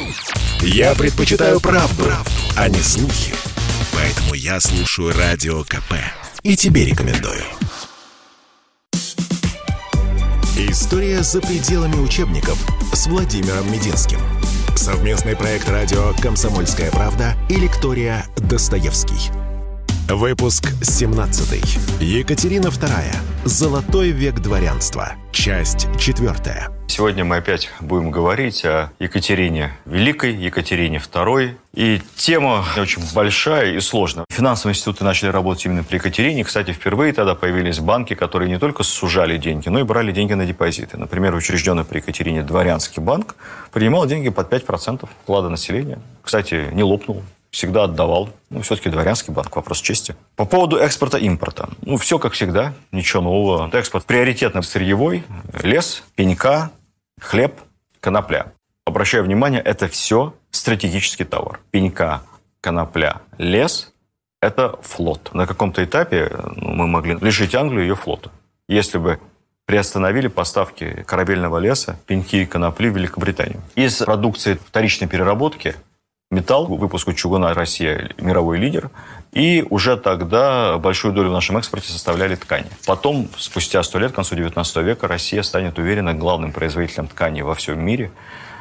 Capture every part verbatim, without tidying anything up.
Я предпочитаю правду, правду, а не слухи. Поэтому я слушаю Радио КП. И тебе рекомендую. История за пределами учебников с Владимиром Мединским. Совместный проект радио «Комсомольская правда» и лектория «Достоевский». Выпуск семнадцатый. Екатерина вторая. Золотой век дворянства. Часть четвертая. Сегодня мы опять будем говорить о Екатерине Великой, Екатерине второй. И тема очень большая и сложная. Финансовые институты начали работать именно при Екатерине. Кстати, впервые тогда появились банки, которые не только сужали деньги, но и брали деньги на депозиты. Например, учрежденный при Екатерине Дворянский банк принимал деньги под пять процентов вклада населения. Кстати, не лопнул. Всегда отдавал. Ну, все-таки Дворянский банк, вопрос чести. По поводу экспорта-импорта. Ну, все как всегда, ничего нового. Экспорт приоритетно сырьевой, лес, пенька, хлеб, конопля. Обращаю внимание, это все стратегический товар. Пенька, конопля, лес – это флот. На каком-то этапе ну, мы могли лишить Англию ее флота. Если бы приостановили поставки корабельного леса, пеньки и конопли в Великобританию. Из продукции вторичной переработки металл, выпуску чугуна Россия мировой лидер. И уже тогда большую долю в нашем экспорте составляли ткани. Потом, спустя сто лет, к концу девятнадцатого века, Россия станет уверенно главным производителем тканей во всем мире,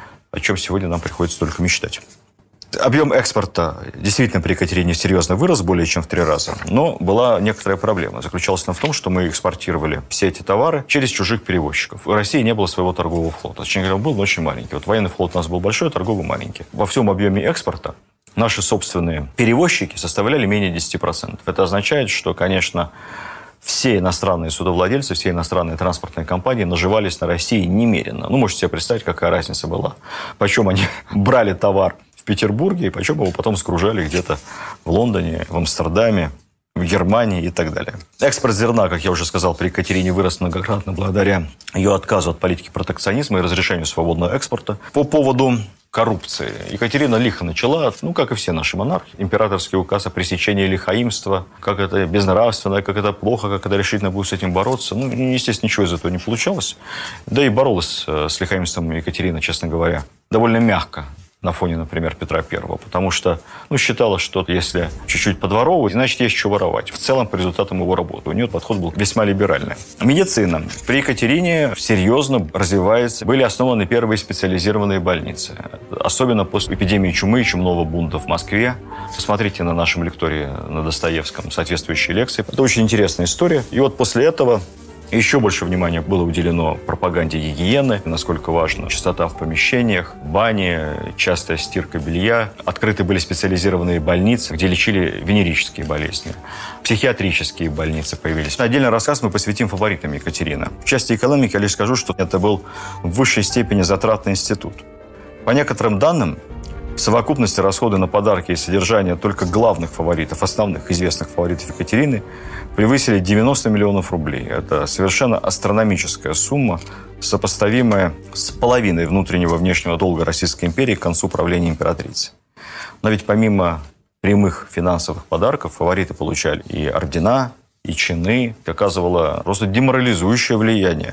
о чем сегодня нам приходится только мечтать. Объем экспорта действительно при Екатерине серьезно вырос, более чем в три раза. Но была некоторая проблема. Заключалась она в том, что мы экспортировали все эти товары через чужих перевозчиков. У России не было своего торгового флота. Точнее говоря, он был, но очень маленький. Вот военный флот у нас был большой, а торговый маленький. Во всем объеме экспорта наши собственные перевозчики составляли менее десяти процентов. Это означает, что, конечно, все иностранные судовладельцы, все иностранные транспортные компании наживались на России немерено. Ну, можете себе представить, какая разница была. Почем они брали товар в Петербурге, и почем его потом сгружали где-то в Лондоне, в Амстердаме, в Германии и так далее. Экспорт зерна, как я уже сказал, при Екатерине вырос многократно благодаря ее отказу от политики протекционизма и разрешению свободного экспорта. По поводу коррупции. Екатерина лихо начала, ну, как и все наши монархи. Императорский указ о пресечении лихаимства, как это безнравственно, как это плохо, как это решительно будет с этим бороться. Ну, естественно, ничего из этого не получалось. Да и боролась с лихаимством Екатерина, честно говоря, довольно мягко на фоне, например, Петра Первого. Потому что ну, считала, что если чуть-чуть подворовывать, значит, есть что воровать. В целом, по результатам его работы. У нее подход был весьма либеральный. Медицина. При Екатерине серьезно развивается. Были основаны первые специализированные больницы. Особенно после эпидемии чумы и чумного бунта в Москве. Посмотрите на нашем лектории на Достоевском соответствующие лекции. Это очень интересная история. И вот после этого еще больше внимания было уделено пропаганде гигиены, насколько важна чистота в помещениях, бани, частая стирка белья. Открыты были специализированные больницы, где лечили венерические болезни. Психиатрические больницы появились. Отдельный рассказ мы посвятим фаворитам Екатерины. В части экономики я лишь скажу, что это был в высшей степени затратный институт. По некоторым данным, в совокупности расходы на подарки и содержание только главных фаворитов, основных известных фаворитов Екатерины, превысили девяносто миллионов рублей. Это совершенно астрономическая сумма, сопоставимая с половиной внутреннего внешнего долга Российской империи к концу правления императрицы. Но ведь помимо прямых финансовых подарков, фавориты получали и ордена, и чины. Это оказывало просто деморализующее влияние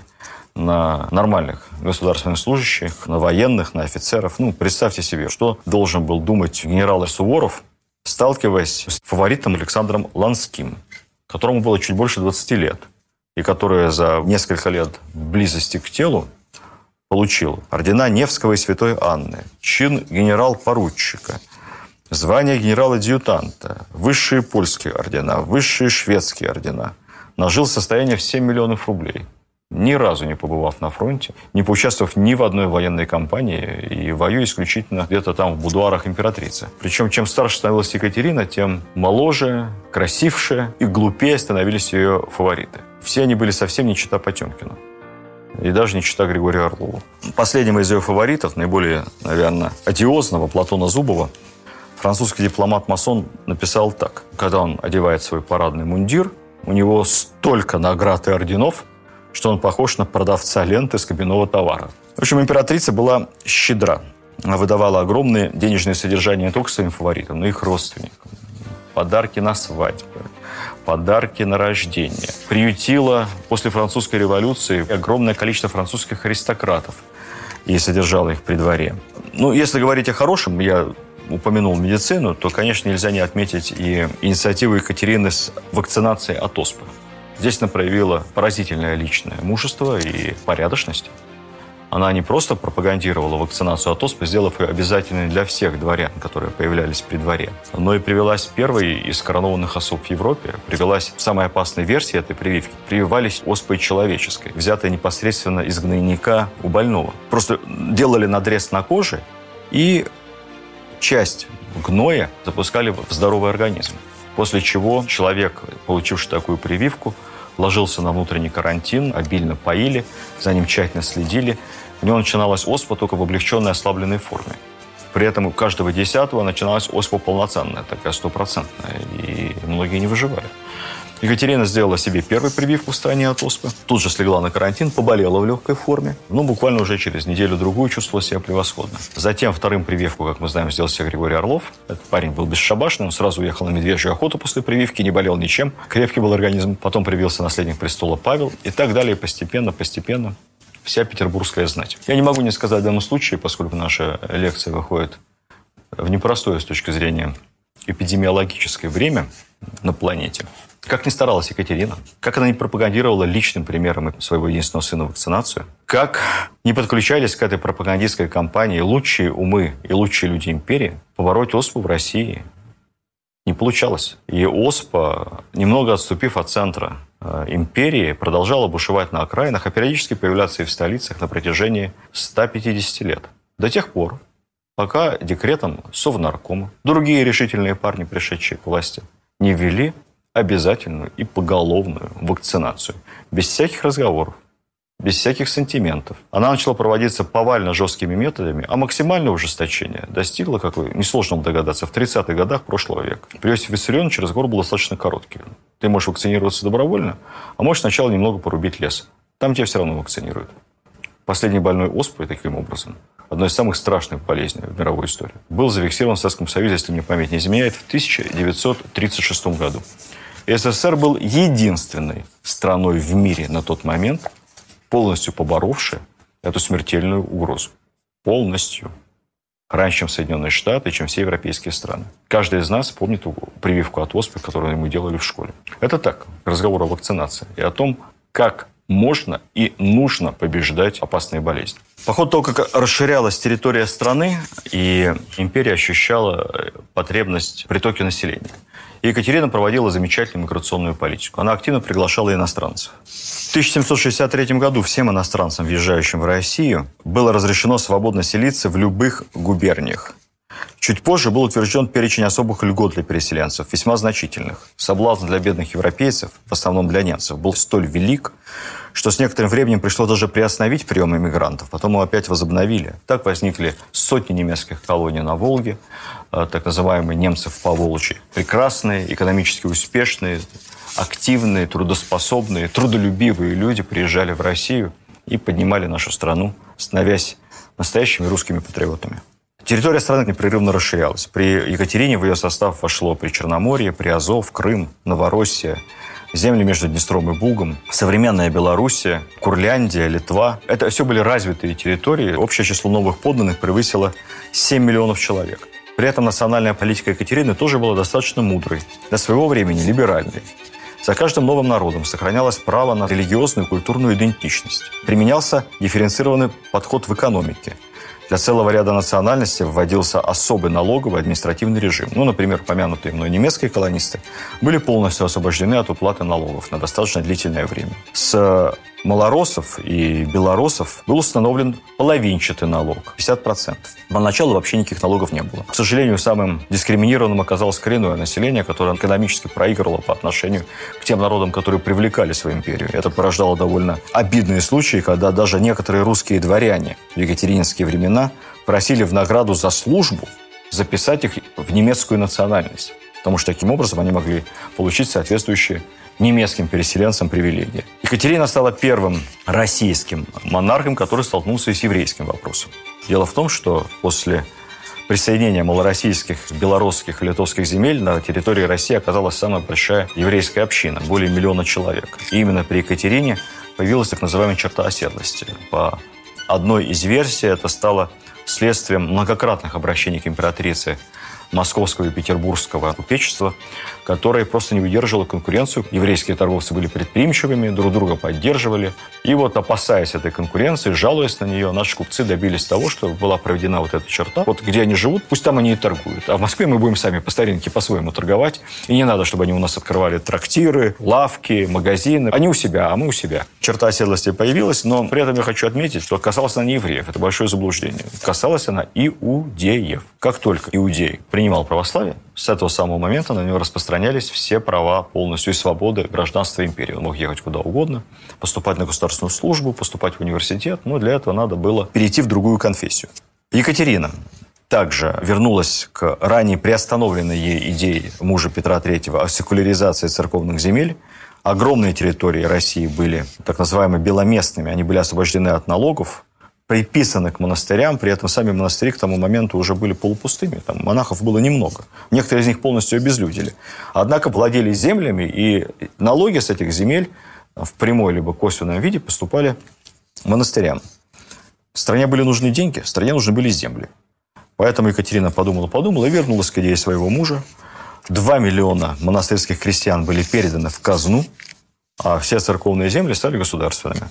на нормальных государственных служащих, на военных, на офицеров. Ну, представьте себе, что должен был думать генерал Суворов, сталкиваясь с фаворитом Александром Ланским, которому было чуть больше двадцати лет, и который за несколько лет близости к телу получил ордена Невского и Святой Анны, чин генерал-поручика, звание генерала-адъютанта, высшие польские ордена, высшие шведские ордена. Нажил состояние в семь миллионов рублей. Ни разу не побывав на фронте, не поучаствовав ни в одной военной кампании и воюя исключительно где-то там в будуарах императрицы. Причем, чем старше становилась Екатерина, тем моложе, красивше и глупее становились ее фавориты. Все они были совсем не чета Потемкину. И даже не чета Григорию Орлову. Последним из ее фаворитов, наиболее, наверное, одиозного, Платона Зубова, французский дипломат-масон написал так. Когда он одевает свой парадный мундир, у него столько наград и орденов, что он похож на продавца ленты с кабинного товара. В общем, императрица была щедра. Она выдавала огромные денежные содержания не только своим фаворитам, но и их родственникам. Подарки на свадьбы, подарки на рождение. Приютила после французской революции огромное количество французских аристократов. и содержала их при дворе. Ну, если говорить о хорошем, я упомянул медицину, то, конечно, нельзя не отметить и инициативу Екатерины с вакцинацией от оспы. Здесь она проявила поразительное личное мужество и порядочность. Она не просто пропагандировала вакцинацию от оспы, сделав ее обязательной для всех дворян, которые появлялись при дворе, но и привелась первой из коронованных особ в Европе, привелась в самой опасной версии этой прививки. Прививались оспой человеческой, взятой непосредственно из гнойника у больного. Просто делали надрез на коже и часть гноя запускали в здоровый организм. После чего человек, получивший такую прививку, ложился на внутренний карантин, обильно поили, за ним тщательно следили. У него начиналась оспа только в облегченной ослабленной форме. При этом у каждого десятого начиналась оспа полноценная, такая стопроцентная, и многие не выживали. Екатерина сделала себе первую прививку в стране от оспы, тут же слегла на карантин, поболела в легкой форме, но буквально уже через неделю-другую чувствовала себя превосходно. Затем вторым прививку, как мы знаем, сделал себе Григорий Орлов. Этот парень был бесшабашный, он сразу уехал на медвежью охоту после прививки, не болел ничем, крепкий был организм. Потом привился наследник престола Павел и так далее, постепенно, постепенно. Вся петербургская знать. Я не могу не сказать в данном случае, поскольку наша лекция выходит в непростое с точки зрения эпидемиологическое время на планете. Как ни старалась Екатерина, как она не пропагандировала личным примером своего единственного сына вакцинацию, как не подключались к этой пропагандистской кампании лучшие умы и лучшие люди империи, побороть оспу в России не получалось. И оспа, немного отступив от центра э, империи, продолжала бушевать на окраинах, а периодически появляться и в столицах на протяжении ста пятидесяти лет. До тех пор, пока декретом Совнаркома другие решительные парни, пришедшие к власти, не ввели обязательную и поголовную вакцинацию. Без всяких разговоров, без всяких сантиментов. Она начала проводиться повально жесткими методами, а максимальное ужесточение достигло, как вы несложно догадаться, в тридцатых годах прошлого века. При Иосифе Виссарионовиче разговор был достаточно короткий. Ты можешь вакцинироваться добровольно, а можешь сначала немного порубить лес. Там тебя все равно вакцинируют. Последний больной оспой, таким образом, одной из самых страшных болезней в мировой истории, был зафиксирован в Советском Союзе, если мне память не изменяет, в тысяча девятьсот тридцать шестом году. И СССР был единственной страной в мире на тот момент, полностью поборовшей эту смертельную угрозу. Полностью. Раньше, чем Соединенные Штаты, чем все европейские страны. Каждый из нас помнит прививку от оспы, которую мы делали в школе. Это так, разговор о вакцинации и о том, как можно и нужно побеждать опасные болезни. По ходу того, как расширялась территория страны, и империя ощущала потребность в притоке населения, Екатерина проводила замечательную миграционную политику. Она активно приглашала иностранцев. В тысяча семьсот шестьдесят третьем году всем иностранцам, въезжающим в Россию, было разрешено свободно селиться в любых губерниях. Чуть позже был утвержден перечень особых льгот для переселенцев, весьма значительных. Соблазн для бедных европейцев, в основном для немцев, был столь велик, что с некоторым временем пришлось даже приостановить прием иммигрантов, потом его опять возобновили. Так возникли сотни немецких колоний на Волге, так называемые немцы в Поволжье. Прекрасные, экономически успешные, активные, трудоспособные, трудолюбивые люди приезжали в Россию и поднимали нашу страну, становясь настоящими русскими патриотами. Территория страны непрерывно расширялась. При Екатерине в ее состав вошло Причерноморье, Приазов, Крым, Новороссия, земли между Днестром и Бугом, современная Белоруссия, Курляндия, Литва. Это все были развитые территории. Общее число новых подданных превысило семь миллионов человек. При этом национальная политика Екатерины тоже была достаточно мудрой, для своего времени либеральной. За каждым новым народом сохранялось право на религиозную и культурную идентичность. Применялся дифференцированный подход в экономике. Для целого ряда национальностей вводился особый налоговый административный режим. Ну, например, помянутые мной немецкие колонисты были полностью освобождены от уплаты налогов на достаточно длительное время. С малороссов и белорусов был установлен половинчатый налог – пятьдесят процентов. Поначалу вообще никаких налогов не было. К сожалению, самым дискриминированным оказалось коренное население, которое экономически проигрывало по отношению к тем народам, которые привлекали свою империю. Это порождало довольно обидные случаи, когда даже некоторые русские дворяне в екатерининские времена просили в награду за службу записать их в немецкую национальность, потому что таким образом они могли получить соответствующие немецким переселенцам привилегии. Екатерина стала первым российским монархом, который столкнулся с еврейским вопросом. Дело в том, что после присоединения малороссийских, белорусских и литовских земель на территории России оказалась самая большая еврейская община, более миллиона человек. И именно при Екатерине появилась так называемая черта оседлости. По одной из версий это стало следствием многократных обращений к императрице московского и петербургского купечества, которое просто не выдерживало конкуренцию. Еврейские торговцы были предприимчивыми, друг друга поддерживали. И вот, опасаясь этой конкуренции, жалуясь на нее, наши купцы добились того, что была проведена вот эта черта. Вот где они живут, пусть там они и торгуют. А в Москве мы будем сами по старинке по-своему торговать. И не надо, чтобы они у нас открывали трактиры, лавки, магазины. Они у себя, а мы у себя. Черта оседлости появилась, но при этом я хочу отметить, что касалась она не евреев. Это большое заблуждение. Касалась она иудеев. Как только иудей принимал православие, с этого самого момента на него распространялись все права полностью и свободы гражданства империи. Он мог ехать куда угодно, поступать на государственную службу, поступать в университет, но для этого надо было перейти в другую конфессию. Екатерина также вернулась к ранее приостановленной ей идее мужа Петра Третьего о секуляризации церковных земель. Огромные территории России были так называемыми беломестными, они были освобождены от налогов, приписаны к монастырям, при этом сами монастыри к тому моменту уже были полупустыми. Там монахов было немного. Некоторые из них полностью обезлюдили. Однако владели землями, и налоги с этих земель в прямой либо косвенном виде поступали монастырям. Стране были нужны деньги, стране нужны были земли. Поэтому Екатерина подумала-подумала и вернулась к идее своего мужа. Два миллиона монастырских крестьян были переданы в казну, а все церковные земли стали государственными.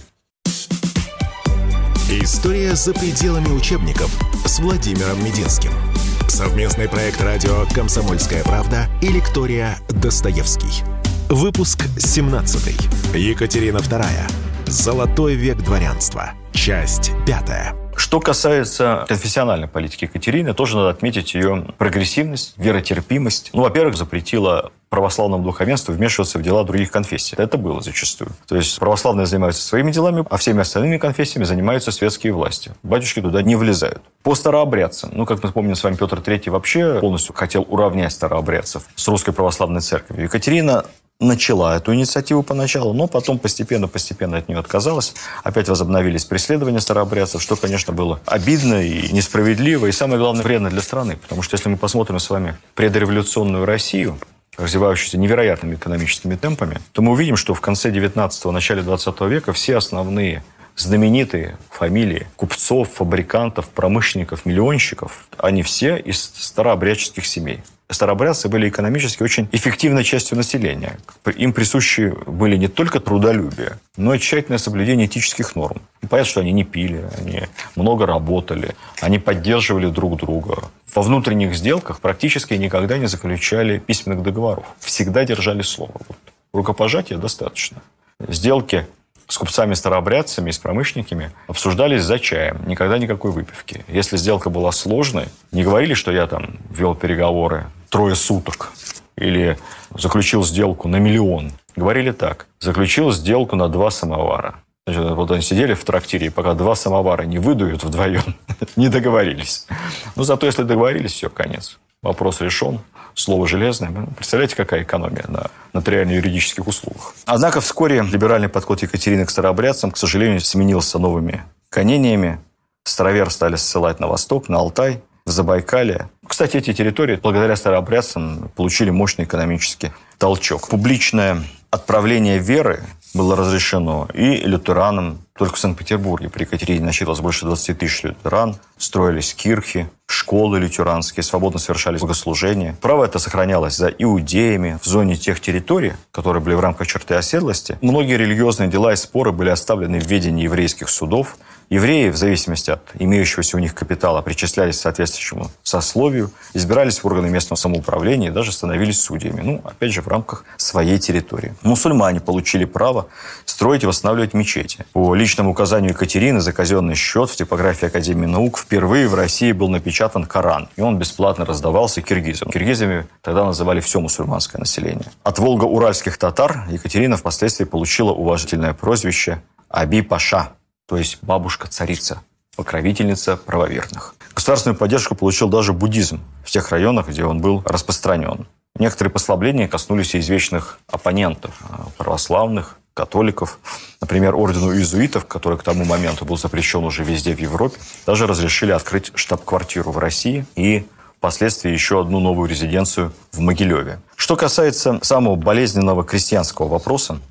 История за пределами учебников с Владимиром Мединским. Совместный проект радио «Комсомольская правда» и лектория «Достоевский». Выпуск семнадцатый. Екатерина Вторая. Золотой век дворянства. Часть пятая. Что касается конфессиональной политики Екатерины, тоже надо отметить ее прогрессивность, веротерпимость. Ну, во-первых, запретила православному духовенству вмешиваться в дела других конфессий. Это было зачастую. То есть православные занимаются своими делами, а всеми остальными конфессиями занимаются светские власти. Батюшки туда не влезают. По старообрядцам. Ну, как мы помним с вами, Петр Третий вообще полностью хотел уравнять старообрядцев с русской православной церковью. Екатерина начала эту инициативу поначалу, но потом постепенно-постепенно от нее отказалась. Опять возобновились преследования старообрядцев, что, конечно, было обидно и несправедливо, и, самое главное, вредно для страны. Потому что если мы посмотрим с вами предреволюционную Россию, развивающуюся невероятными экономическими темпами, то мы увидим, что в конце девятнадцатого, начале двадцатого века все основные знаменитые фамилии купцов, фабрикантов, промышленников, миллионщиков, они все из старообрядческих семей. Старообрядцы были экономически очень эффективной частью населения. Им присущи были не только трудолюбие, но и тщательное соблюдение этических норм. И понятно, что они не пили, они много работали, они поддерживали друг друга. Во внутренних сделках практически никогда не заключали письменных договоров. Всегда держали слово. Вот. Рукопожатия достаточно. Сделки с купцами-старообрядцами и с промышленниками обсуждались за чаем. Никогда никакой выпивки. Если сделка была сложной, не говорили, что я там вел переговоры трое суток или заключил сделку на миллион. Говорили так. Заключил сделку на два самовара. Значит, вот они сидели в трактире, и пока два самовара не выдуют вдвоем, не договорились. Но зато если договорились, все, конец. Вопрос решен. Слово железное. Представляете, какая экономия на нотариально-юридических услугах. Однако вскоре либеральный подход Екатерины к старообрядцам, к сожалению, сменился новыми гонениями. Старовер стали ссылать на восток, на Алтай, в Забайкалье. Кстати, эти территории, благодаря старообрядцам, получили мощный экономический толчок. Публичное отправление веры было разрешено и лютеранам. Только в Санкт-Петербурге при Екатерине насчитывалось больше двадцати тысяч лютеран. Строились кирхи, школы лютеранские, свободно совершались богослужения. Право это сохранялось за иудеями в зоне тех территорий, которые были в рамках черты оседлости. Многие религиозные дела и споры были оставлены в ведении еврейских судов. Евреи, в зависимости от имеющегося у них капитала, причислялись к соответствующему сословию, избирались в органы местного самоуправления и даже становились судьями. Ну, опять же, в рамках своей территории. Мусульмане получили право строить и восстанавливать мечети. По личному указанию Екатерины за казенный счет в типографии Академии наук впервые в России был напечатан Коран, и он бесплатно раздавался киргизам. Киргизами тогда называли все мусульманское население. От волго-уральских татар Екатерина впоследствии получила уважительное прозвище Аби-Паша, то есть бабушка-царица, покровительница правоверных. Государственную поддержку получил даже буддизм в тех районах, где он был распространен. Некоторые послабления коснулись и извечных оппонентов, православных, католиков. Например, ордену иезуитов, который к тому моменту был запрещен уже везде в Европе, даже разрешили открыть штаб-квартиру в России и впоследствии еще одну новую резиденцию в Могилеве. Что касается самого болезненного крестьянского вопроса,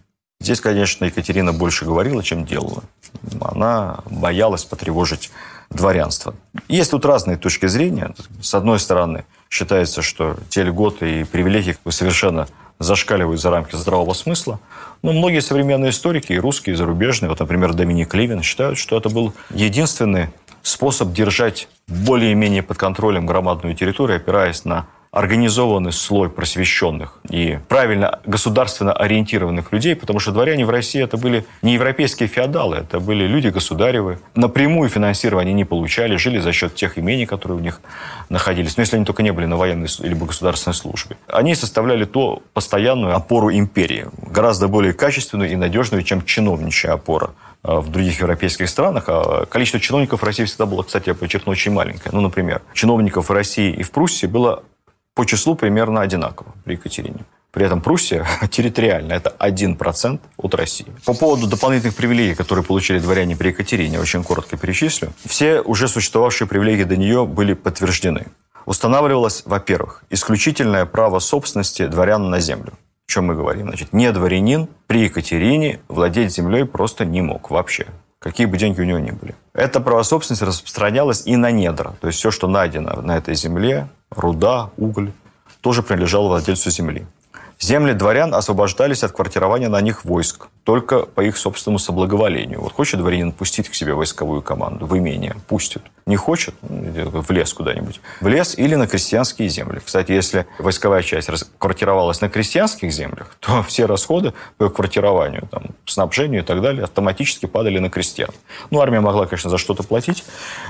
Здесь, конечно, Екатерина больше говорила, чем делала. Она боялась потревожить дворянство. Есть тут разные точки зрения. С одной стороны, считается, что те льготы и привилегии совершенно зашкаливают за рамки здравого смысла. Но многие современные историки, и русские, и зарубежные, вот, например, Доминик Ливен, считают, что это был единственный способ держать более-менее под контролем громадную территорию, опираясь на организованный слой просвещенных и правильно государственно ориентированных людей, потому что дворяне в России это были не европейские феодалы, это были люди государевы. Напрямую финансирование они не получали, жили за счет тех имений, которые у них находились. Но если они только не были на военной либо государственной службе. Они составляли ту постоянную опору империи, гораздо более качественную и надежную, чем чиновничья опора в других европейских странах. А количество чиновников в России всегда было, кстати, я подчеркну, очень маленькое. Ну, например, чиновников в России и в Пруссии было по числу примерно одинаково при Екатерине. При этом Пруссия территориально это один процент от России. По поводу дополнительных привилегий, которые получили дворяне при Екатерине, очень коротко перечислю. Все уже существовавшие привилегии до нее были подтверждены. Устанавливалось, во-первых, исключительное право собственности дворян на землю. О чем мы говорим? Значит, не дворянин при Екатерине владеть землей просто не мог вообще. Какие бы деньги у него ни были. Это право собственности распространялось и на недра. То есть все, что найдено на этой земле, руда, уголь, тоже принадлежало владельцу земли. Земли дворян освобождались от квартирования на них войск, только по их собственному соблаговолению. Вот хочет дворянин пустить к себе войсковую команду в имение, пустит. Не хочет, в лес куда-нибудь. В лес или на крестьянские земли. Кстати, если войсковая часть квартировалась на крестьянских землях, то все расходы по квартированию, там, снабжению и так далее автоматически падали на крестьян. Ну, армия могла, конечно, за что-то платить,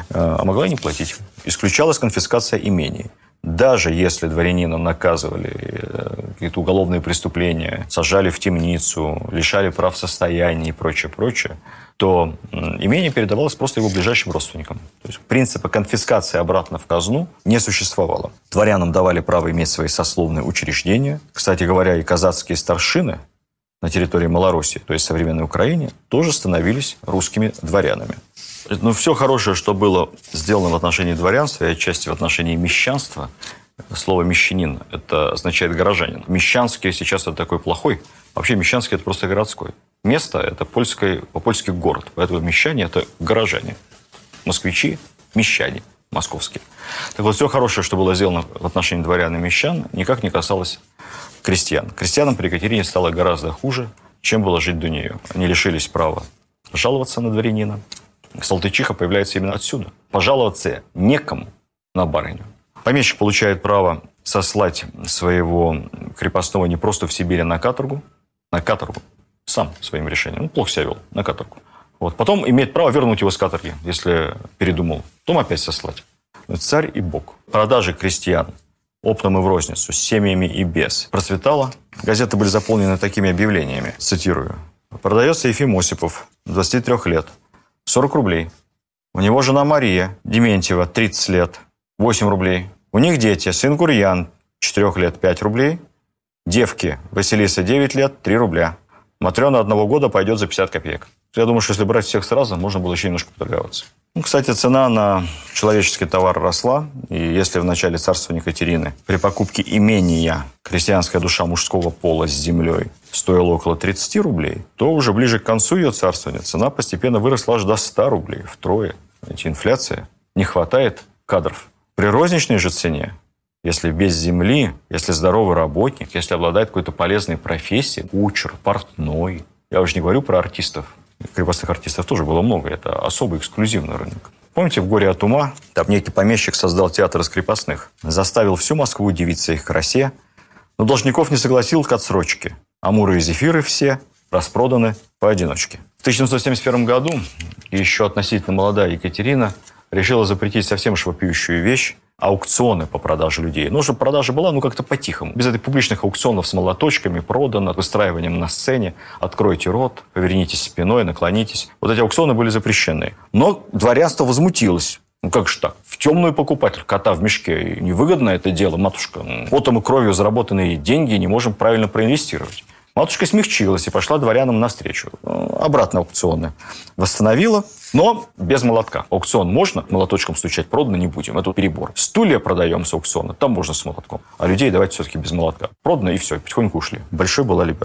а могла и не платить. Исключалась конфискация имений. Даже если дворянина наказывали какие-то уголовные преступления, сажали в темницу, лишали прав состояния и прочее, прочее, то имение передавалось просто его ближайшим родственникам. То есть принципа конфискации обратно в казну не существовало. Дворянам давали право иметь свои сословные учреждения. Кстати говоря, и казацкие старшины на территории Малороссии, то есть современной Украине, тоже становились русскими дворянами. Но все хорошее, что было сделано в отношении дворянства и отчасти в отношении мещанства, слово «мещанин» – это означает «горожанин». Мещанский сейчас это такой плохой. Вообще мещанский – это просто городской. Место – это польский, по-польски город. Поэтому мещане – это горожане. Москвичи – мещане московские. Так вот, все хорошее, что было сделано в отношении дворян и мещан, никак не касалось крестьян. Крестьянам при Екатерине стало гораздо хуже, чем было жить до нее. Они лишились права жаловаться на дворянина. Салтычиха появляется именно отсюда. Пожаловаться некому на барыню. Помещик получает право сослать своего крепостного не просто в Сибирь, а на каторгу. На каторгу. Сам своим решением. Ну, плохо себя вел. На каторгу. Вот. Потом имеет право вернуть его с каторги, если передумал. Потом опять сослать. Царь и бог. Продажи крестьян оптом и в розницу, с семьями и без процветала. Газеты были заполнены такими объявлениями. Цитирую. Продается Ефим Осипов, двадцати трёх лет. сорок рублей. У него жена Мария Дементьева, тридцать лет, восемь рублей. У них дети, сын Гурьян, четырёх лет, пять рублей. Девки, Василиса, девять лет, три рубля. Матрена одного года пойдет за пятьдесят копеек. Я думаю, что если брать всех сразу, можно было еще немножко поторговаться. Ну, кстати, цена на человеческий товар росла. И если в начале царствования Екатерины при покупке имения крестьянская душа мужского пола с землей стоила около тридцати рублей, то уже ближе к концу ее царствования цена постепенно выросла аж до ста рублей, втрое. Ведь инфляция, не хватает кадров. При розничной же цене, если без земли, если здоровый работник, если обладает какой-то полезной профессией, кучер, портной, я уже не говорю про артистов, крепостных артистов тоже было много, это особый эксклюзивный рынок. Помните, в «Горе от ума» там некий помещик создал театр из крепостных, заставил всю Москву удивиться их красе, но должников не согласил к отсрочке. Амуры и зефиры все распроданы поодиночке. В тысяча девятьсот семьдесят первом году еще относительно молодая Екатерина решила запретить совсем уж вопиющую вещь – аукционы по продаже людей. Ну, чтобы продажа была, ну, как-то по-тихому. Без этих публичных аукционов с молоточками, продано, выстраиванием на сцене. Откройте рот, повернитесь спиной, наклонитесь. Вот эти аукционы были запрещены. Но дворянство возмутилось. Ну, как же так? В темную покупатель, кота в мешке. Невыгодно это дело, матушка. Потом и кровью заработанные деньги не можем правильно проинвестировать. Матушка смягчилась и пошла дворянам навстречу. Обратно аукционы восстановила, но без молотка. Аукцион можно, молоточком стучать продано не будем. Это перебор. Стулья продаем с аукциона, там можно с молотком. А людей давайте все-таки без молотка. Продано и все, потихоньку ушли. Большой была либерал.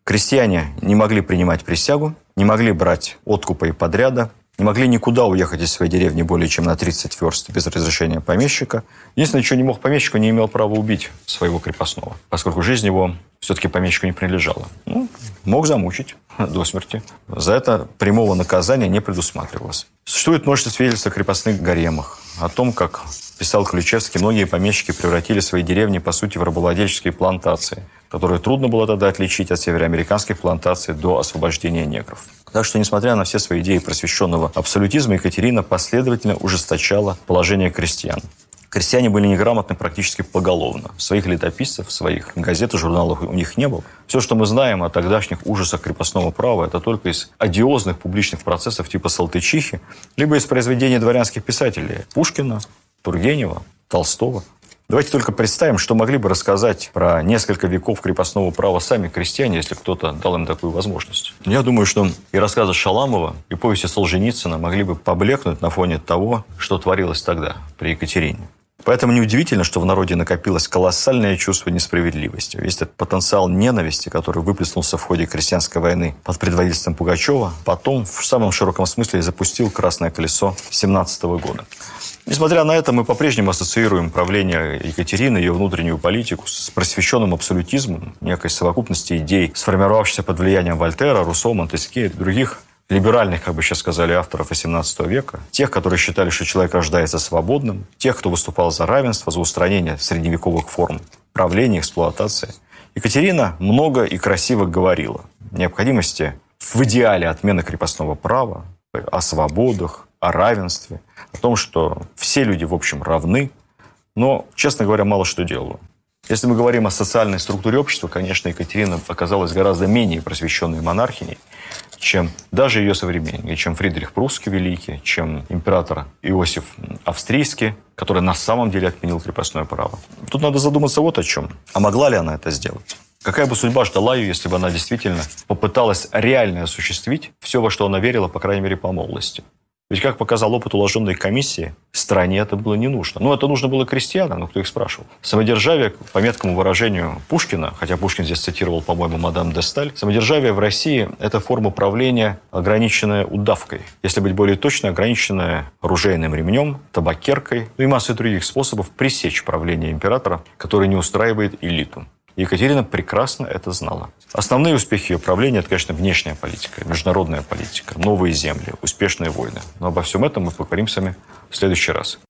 Крестьяне не могли принимать присягу, не могли брать откупа и подряда, не могли никуда уехать из своей деревни более чем на тридцать верст без разрешения помещика. Единственное, что не мог помещик, он не имел права убить своего крепостного, поскольку жизнь его все-таки помещику не принадлежала. Ну, мог замучить до смерти. За это прямого наказания не предусматривалось. Существует множество свидетельств о крепостных гаремах, о том, как писал Ключевский, многие помещики превратили свои деревни, по сути, в рабовладельческие плантации, которые трудно было тогда отличить от североамериканских плантаций до освобождения негров. Так что, несмотря на все свои идеи просвещенного абсолютизма, Екатерина последовательно ужесточала положение крестьян. Крестьяне были неграмотны практически поголовно. Своих летописцев, своих газет и журналов у них не было. Все, что мы знаем о тогдашних ужасах крепостного права, это только из одиозных публичных процессов типа Салтычихи, либо из произведений дворянских писателей Пушкина, Тургенева, Толстого. Давайте только представим, что могли бы рассказать про несколько веков крепостного права сами крестьяне, если кто-то дал им такую возможность. Я думаю, что и рассказы Шаламова, и повести Солженицына могли бы поблекнуть на фоне того, что творилось тогда, при Екатерине. Поэтому неудивительно, что в народе накопилось колоссальное чувство несправедливости. Весь этот потенциал ненависти, который выплеснулся в ходе крестьянской войны под предводительством Пугачева, потом в самом широком смысле запустил красное колесо семнадцатого года. Несмотря на это, мы по-прежнему ассоциируем правление Екатерины, ее внутреннюю политику с просвещенным абсолютизмом, некой совокупности идей, сформировавшейся под влиянием Вольтера, Руссо, Монтескье и других либеральных, как бы сейчас сказали, авторов восемнадцатого века, тех, которые считали, что человек рождается свободным, тех, кто выступал за равенство, за устранение средневековых форм правления, эксплуатации. Екатерина много и красиво говорила о необходимости в идеале отмены крепостного права, о свободах, о равенстве, о том, что все люди, в общем, равны, но, честно говоря, мало что делала. Если мы говорим о социальной структуре общества, конечно, Екатерина оказалась гораздо менее просвещенной монархиней, чем даже ее современники, чем Фридрих Прусский Великий, чем император Иосиф Австрийский, который на самом деле отменил крепостное право. Тут надо задуматься вот о чем. А могла ли она это сделать? Какая бы судьба ждала ее, если бы она действительно попыталась реально осуществить все, во что она верила, по крайней мере, по молодости? Ведь, как показал опыт уложенной комиссии, стране это было не нужно. Ну, это нужно было крестьянам, но кто их спрашивал? Самодержавие, по меткому выражению Пушкина, хотя Пушкин здесь цитировал, по-моему, мадам де Сталь, самодержавие в России – это форма правления, ограниченная удавкой. Если быть более точно, ограниченная оружейным ремнем, табакеркой, ну и массой других способов пресечь правление императора, который не устраивает элиту. Екатерина прекрасно это знала. Основные успехи ее правления – это, конечно, внешняя политика, международная политика, новые земли, успешные войны. Но обо всем этом мы поговорим с вами в следующий раз.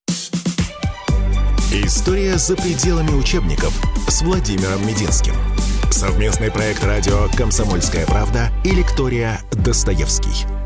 История за пределами учебников с Владимиром Мединским. Совместный проект радио «Комсомольская правда» и лектория «Достоевский».